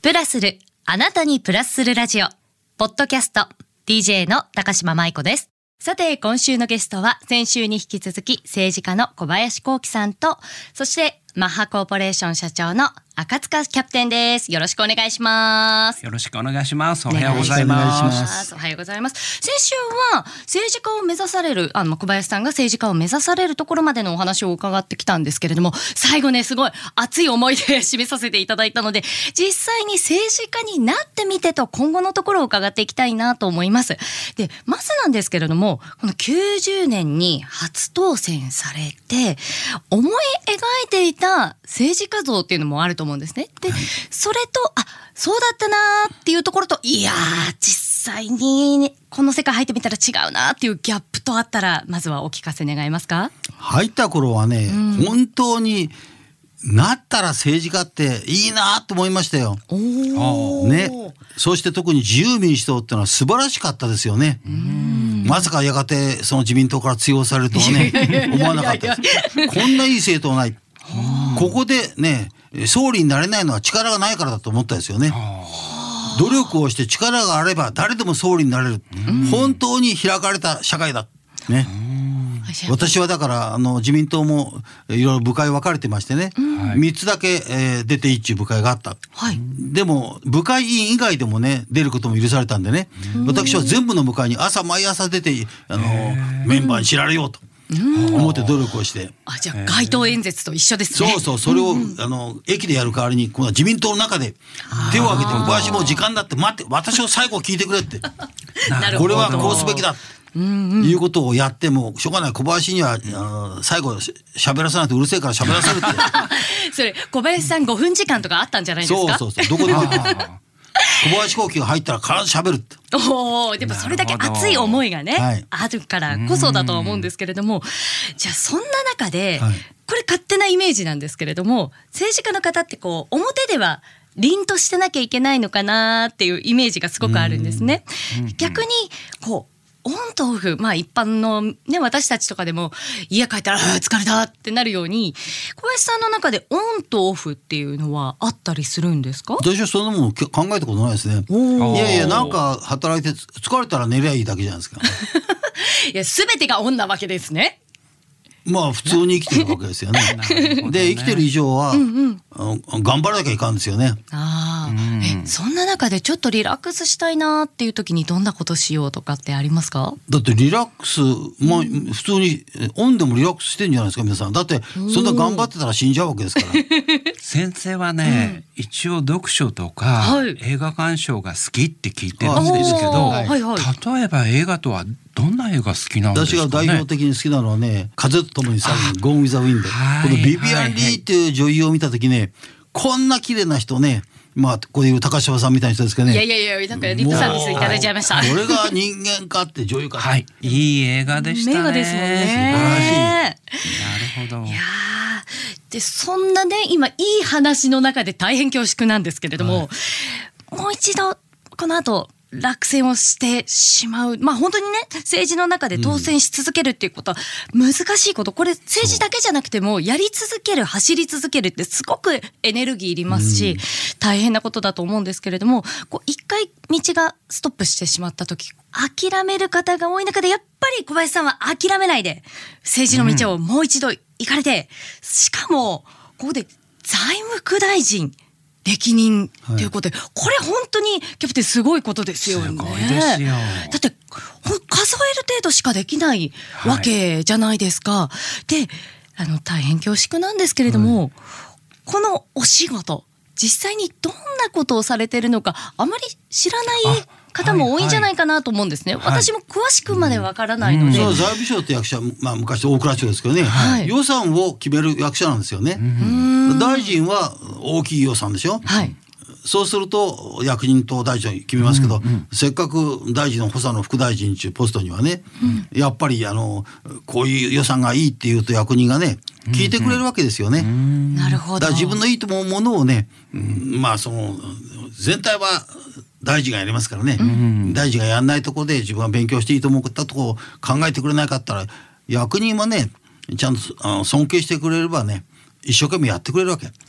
プラスる、あなたにプラスするラジオポッドキャスト DJ の高島舞子です。さて今週のゲストは先週に引き続き政治家の小林幸喜さんと、そしてマッハコーポレーション社長の赤塚キャプテンです。よろしくお願いします。 よろしくお願いします。おはようございます。 おはようございます。先週は政治家を目指される小林さんが政治家を目指されるところまでのお話を伺ってきたんですけれども、最後ねすごい熱い思いで締めさせていただいたので、実際に政治家になってみてと今後のところを伺っていきたいなと思います。でまずなんですけれども、この90年に初当選されて思い描いていた政治家像っていうのもあると思うんですね。で、それとそうだったなっていうところと、いやー実際にこの世界入ってみたら違うなっていうギャップとあったら、まずはお聞かせ願えますか？ 入った頃はね、本当になったら政治家っていいなと思いましたよ。ね、そして特に自由民主党ってのは素晴らしかったですよね。まさかやがてその自民党から追放されるとはね思わなかったです。こんないい政党ない。ここでね総理になれないのは力がないからだと思ったですよね。努力をして力があれば誰でも総理になれる。本当に開かれた社会だね。私はだから自民党もいろいろ部会分かれてましてね、3つだけ、出ていいっていう部会があった、でも部会委員以外でもね出ることも許されたんでね、私は全部の部会に毎朝出てメンバーに知られようと思って努力をして、 じゃあ街頭演説と一緒ですね。 そう、それを、駅でやる代わりに今度は自民党の中で手を挙げて、小林もう時間だって待って、私を最後聞いてくれってこれはこうすべきだいうことをやってもしょうがない。小林には最後喋らさないとうるせえから喋らせるってそれ小林さん5分時間とかあったんじゃないですか？ そうどこでも小林幸喜が入ったら必ず喋るって。 でもそれだけ熱い思いがね、あるからこそだとは思うんですけれども、じゃあそんな中で、これ勝手なイメージなんですけれども、政治家の方ってこう表では凛としてなきゃいけないのかなっていうイメージがすごくあるんですね。逆にこうオンとオフ、一般のね私たちとかでも家帰ったら疲れたってなるように、小林さんの中でオンとオフっていうのはあったりするんですか？ 私はそんなもの考えたことないですね。いやなんか働いて疲れたら寝りゃいいだけじゃないですかいや全てがオンなわけですね。 普通に生きてるわけですよねで生きてる以上は、頑張らなきゃいかんですよね。 そんな中でちょっとリラックスしたいなっていう時にどんなことしようとかってありますか？ だってリラックス、普通にオンでもリラックスしてんじゃないですか皆さん。だってそんな頑張ってたら死んじゃうわけですから先生はね、一応読書とか、映画鑑賞が好きって聞いてるんですけど、例えば映画とはどんな映画好きなんですかね？ 私が代表的に好きなのはね、風と共に去るゴーン・ウィザ・ウィンド。このビビアン・リーっていう女優を見た時ね、こんな綺麗な人ね、こういう高島さんみたいな人ですけどね。 いやなんかリップサービスいただいちゃいました。 これが人間かって女優かいい映画でしたね。 名画ですもんね。 素晴らしい。 なるほど。 いやでそんなね今いい話の中で大変恐縮なんですけれども、もう一度この後落選をしてしまう、本当にね政治の中で当選し続けるっていうことは難しいこと。これ政治だけじゃなくてもやり続ける、走り続けるってすごくエネルギーいりますし、大変なことだと思うんですけれども、一回道がストップしてしまった時諦める方が多い中で、やっぱり小林さんは諦めないで政治の道をもう一度行かれて、しかもここで財務副大臣歴任ということで、これ本当にキャプテンすごいことですよね。 すごいですよ。 だって数える程度しかできないわけじゃないですか。で大変恐縮なんですけれども、このお仕事実際にどんなことをされているのかあまり知らない方も多いんじゃないかなと思うんですね。私も詳しくまでわからないので、 財務省って役者、昔大蔵省ですけどね、予算を決める役者なんですよね。大臣は大きい予算でしょ。そうすると役人と大臣を決めますけど、せっかく大臣の補佐の副大臣というポストにはね、やっぱりこういう予算がいいっていうと役人がね聞いてくれるわけですよね。 なるほど。 だから自分のいいと思うものをね、その全体は大臣がやりますからね、大臣がやんないところで自分が勉強していいと思ったところを考えてくれないかったら、役人はねちゃんと尊敬してくれればね一生懸命やってくれるわけ。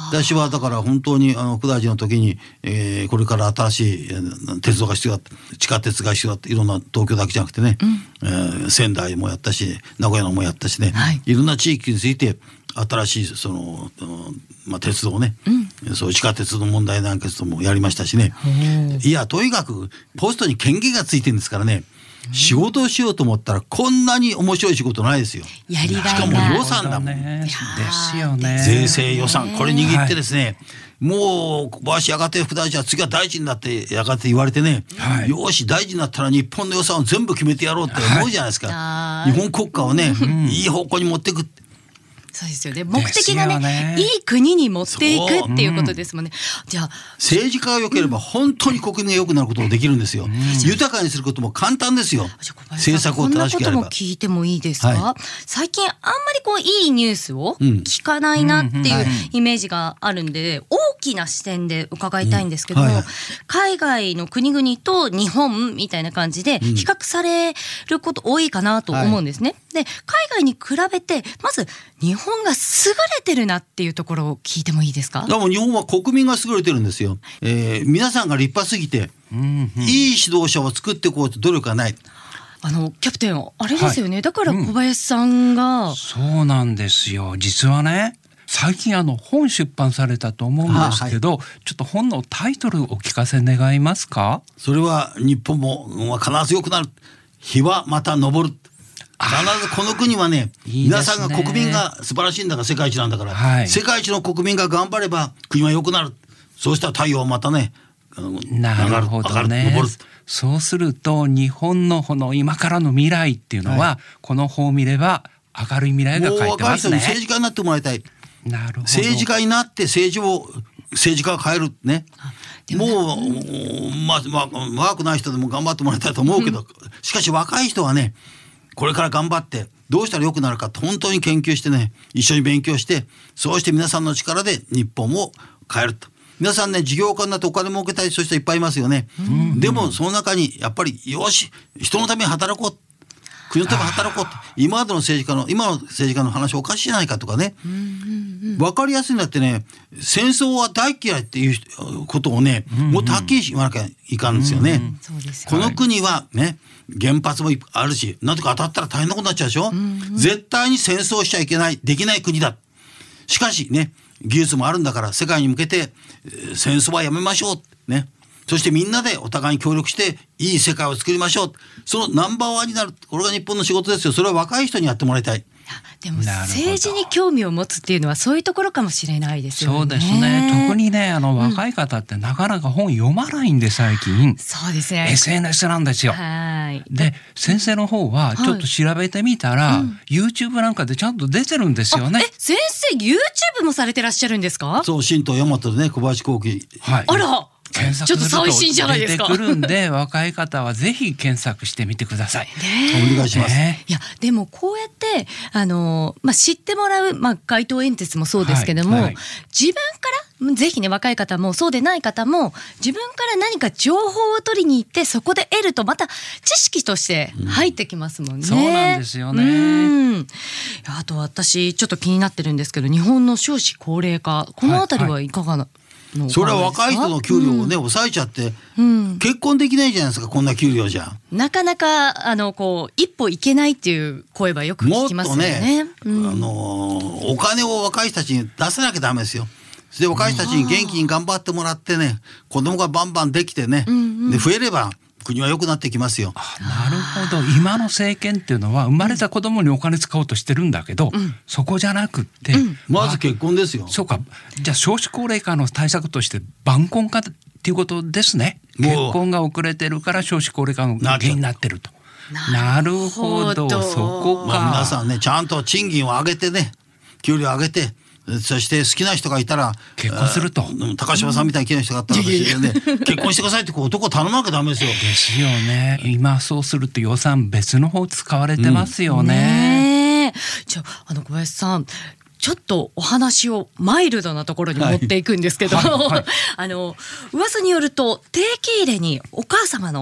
私はだから本当に九大寺の時に、これから新しい鉄道が必要だ、地下鉄が必要だって、いろんな東京だけじゃなくてね、仙台もやったし名古屋のもやったしね、いろんな地域について新しいその、鉄道ね、そういう地下鉄の問題なんかもやりましたしね。いやとにかくポストに権限がついてるんですからね、仕事をしようと思ったらこんなに面白い仕事ないですよ。 やりがいがしかも予算だもん、 ですよね。 税制予算これ握ってですね、もう小林やがて副大臣は次は大臣だってやがて言われてね、よし大臣になったら日本の予算を全部決めてやろうって思うじゃないですか、日本国家をね、いい方向に持っていくって。 そうですよね。目的がね、いい国に持っていくっていうことですもんね。じゃあ政治家が良ければ本当に国民が良くなることができるんですよ。豊かにすることも簡単ですよ。政策を正しくやれば。 こんなことも聞いてもいいですか？最近あんまりいいニュースを聞かないなっていうイメージがあるんで、大きな視点で伺いたいんですけども、海外の国々と日本みたいな感じで比較されること多いかなと思うんですね。で、海外に比べてまず日本が優れてるなっていうところを聞いてもいいですか？ でも日本は国民が優れてるんですよ。皆さんが立派すぎて、いい指導者を作っていこうと努力がない。 キャプテンあれですよね、だから小林さんが、 そうなんですよ。実はね、最近本出版されたと思うんですけど、ちょっと本のタイトルお聞かせ願いますか？ それは日本も必ず良くなる、日はまた昇る。必ずこの国はね、皆さんが国民が素晴らしいんだから世界一なんだから、世界一の国民が頑張れば国は良くなる。そうしたら太陽はまたね、 なるほどね。昇る。そうすると日本のこの今からの未来っていうのは、この本を見れば明るい未来が書いてますね。 もう若い人に政治家になってもらいたい。 なるほど。 政治家になって政治家が変えるね。もう若くない人でも頑張ってもらいたいと思うけど、しかし若い人はね、これから頑張ってどうしたら良くなるかって本当に研究してね、一緒に勉強して、そうして皆さんの力で日本を変えると。皆さんね、事業家になってお金儲けたいそういう人いっぱいいますよね。でもその中にやっぱりよし人のために働こう、国のために働こうって、今の政治家の話おかしいじゃないかとかね、分かりやすいんだってね、戦争は大嫌いっていうことをね、もっとはっきり言わなきゃいかんですよね。この国はね、原発もあるし、なんとか当たったら大変なことになっちゃうでしょ。絶対に戦争しちゃいけない、できない国だ。しかしね、技術もあるんだから世界に向けて戦争はやめましょうね。そしてみんなでお互いに協力していい世界を作りましょう。そのナンバーワンになる、これが日本の仕事ですよ。それは若い人にやってもらいたい。 でも政治に興味を持つっていうのはそういうところかもしれないですよね。 そうですね。特にね、若い方ってなかなか本読まないんで最近。 そうですね。 SNS なんですよ。で、先生の方はちょっと調べてみたら、YouTube なんかでちゃんと出てるんですよね。 先生 YouTube もされてらっしゃるんですか？ そう、新東大和でね、小林幸喜。 あら。 検索すると出てくるんで、若い方はぜひ検索してみてください。 お願いします。 いやでもこうやって知ってもらう、街頭演説もそうですけども、自分からぜひね、若い方もそうでない方も自分から何か情報を取りに行ってそこで得るとまた知識として入ってきますもんね。 そうなんですよね。 あと私ちょっと気になってるんですけど、日本の少子高齢化、このあたりはいかがなそれは若い人の給料をね、抑えちゃって、結婚できないじゃないですか、こんな給料じゃ。 なかなか一歩いけないっていう声はよく聞きますよね。 もっとね、お金を若い人たちに出さなきゃダメですよ。で、若い人たちに元気に頑張ってもらってね、子供がバンバンできてね、で増えれば国は良くなってきますよ。 なるほど。今の政権っていうのは生まれた子供にお金使おうとしてるんだけど、そこじゃなくって、 まず結婚ですよ。 そうか。じゃあ少子高齢化の対策として晩婚化っていうことですね。結婚が遅れてるから少子高齢化の原因になってると。なるほど。そこか。 皆さんね、ちゃんと賃金を上げてね、給料上げて、そして好きな人がいたら結婚すると。 高島さんみたいに好きな人があったら結婚してくださいって男を頼むわけダメですよ。 ですよね。今そうすると予算別の方使われてますよね。 じゃあ小林さん、ちょっとお話をマイルドなところに持っていくんですけど、噂によると定期入れにお母様の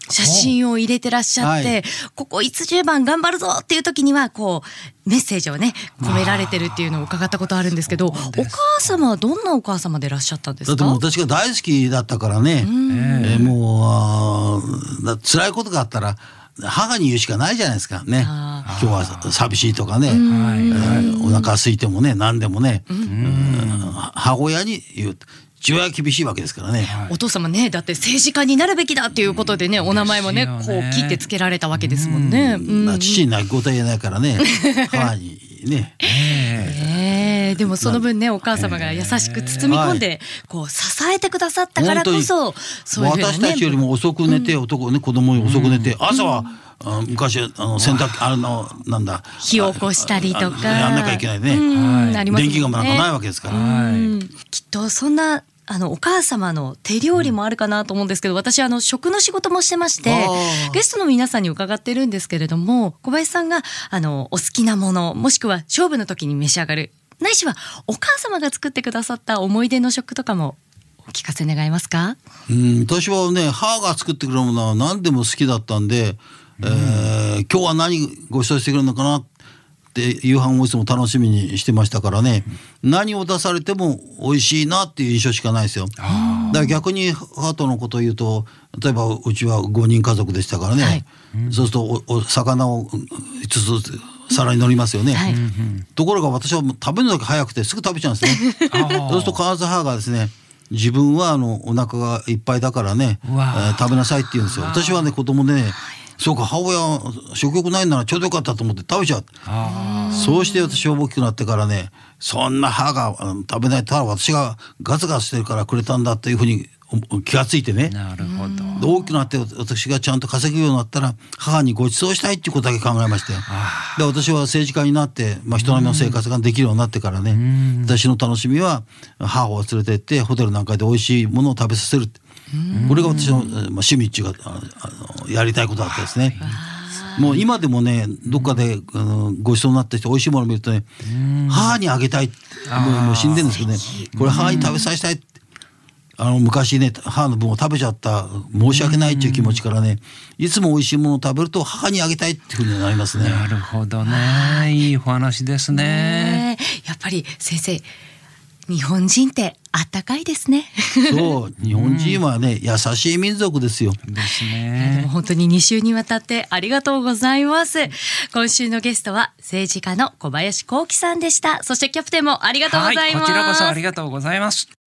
写真を入れてらっしゃって、ここいつ10番頑張るぞっていう時にはこうメッセージをね込められてるっていうのを伺ったことあるんですけど、お母様はどんなお母様でいらっしゃったんですか？ だってもう私が大好きだったからね、もう辛いことがあったら母に言うしかないじゃないですかね。今日は寂しいとかね、お腹空いてもね何でもね、母親に言う。父親は厳しいわけですからね。 お父様ね、だって政治家になるべきだっていうことでね、お名前もねこう切ってつけられたわけですもんね。 父に泣き答え言えないからね母にね。 でもその分ねお母様が優しく包み込んでこう支えてくださったからこそ、そういうふうなね、 私たちよりも遅く寝て、男ね子供に遅く寝て、朝は昔洗濯なんだ火を起こしたりとかやんなきゃいけないね。電気がなんかないわけですから。 きっとそんなお母様の手料理もあるかなと思うんですけど、私食の仕事もしてまして、ゲストの皆さんに伺ってるんですけれども、小林さんがお好きなもの、もしくは勝負の時に召し上がる、ないしはお母様が作ってくださった思い出の食とかもお聞かせ願えますか？ 私はね母が作ってくれるものは何でも好きだったんで、今日は何ご馳走してくれるのかなって夕飯をいつも楽しみにしてましたからね、何を出されても美味しいなっていう印象しかないですよ。だから逆に母とのことを言うと、例えばうちは5人家族でしたからね、そうするとお魚を5つずつ皿に乗りますよね。ところが私は食べるのだけ早くてすぐ食べちゃうんですね。そうすると必ず母がですね、自分はお腹がいっぱいだからね、食べなさいって言うんですよ。私はね子供でね、そうか母親食欲ないならちょうどよかったと思って食べちゃう。そうして私は大きくなってからね、そんな母が食べないと私がガツガツしてるからくれたんだというふうに気がついてね。 なるほど。 大きくなって私がちゃんと稼ぐようになったら母にご馳走したいっていうことだけ考えまして、で私は政治家になって、人並みの生活ができるようになってからね、私の楽しみは母を連れて行ってホテルなんかで美味しいものを食べさせる。これが私の趣味っていうかやりたいことだったですね。もう今でもねどっかでごちそうになった人美味しいものを見るとね、母にあげたい、もう死んでるんですけどね、これ母に食べさせたいって、昔ね母の分を食べちゃった申し訳ないっていう気持ちからね、いつも美味しいものを食べると母にあげたいっていうふうになりますね。 なるほどね、いいお話ですね。 やっぱり先生、日本人ってあったかいですね。 そう日本人はね、優しい民族ですよ。 ですね。 でも本当に2週にわたってありがとうございます。今週のゲストは政治家の小林幸喜さんでした。そしてキャプテンもありがとうございます。 こちらこそありがとうございます。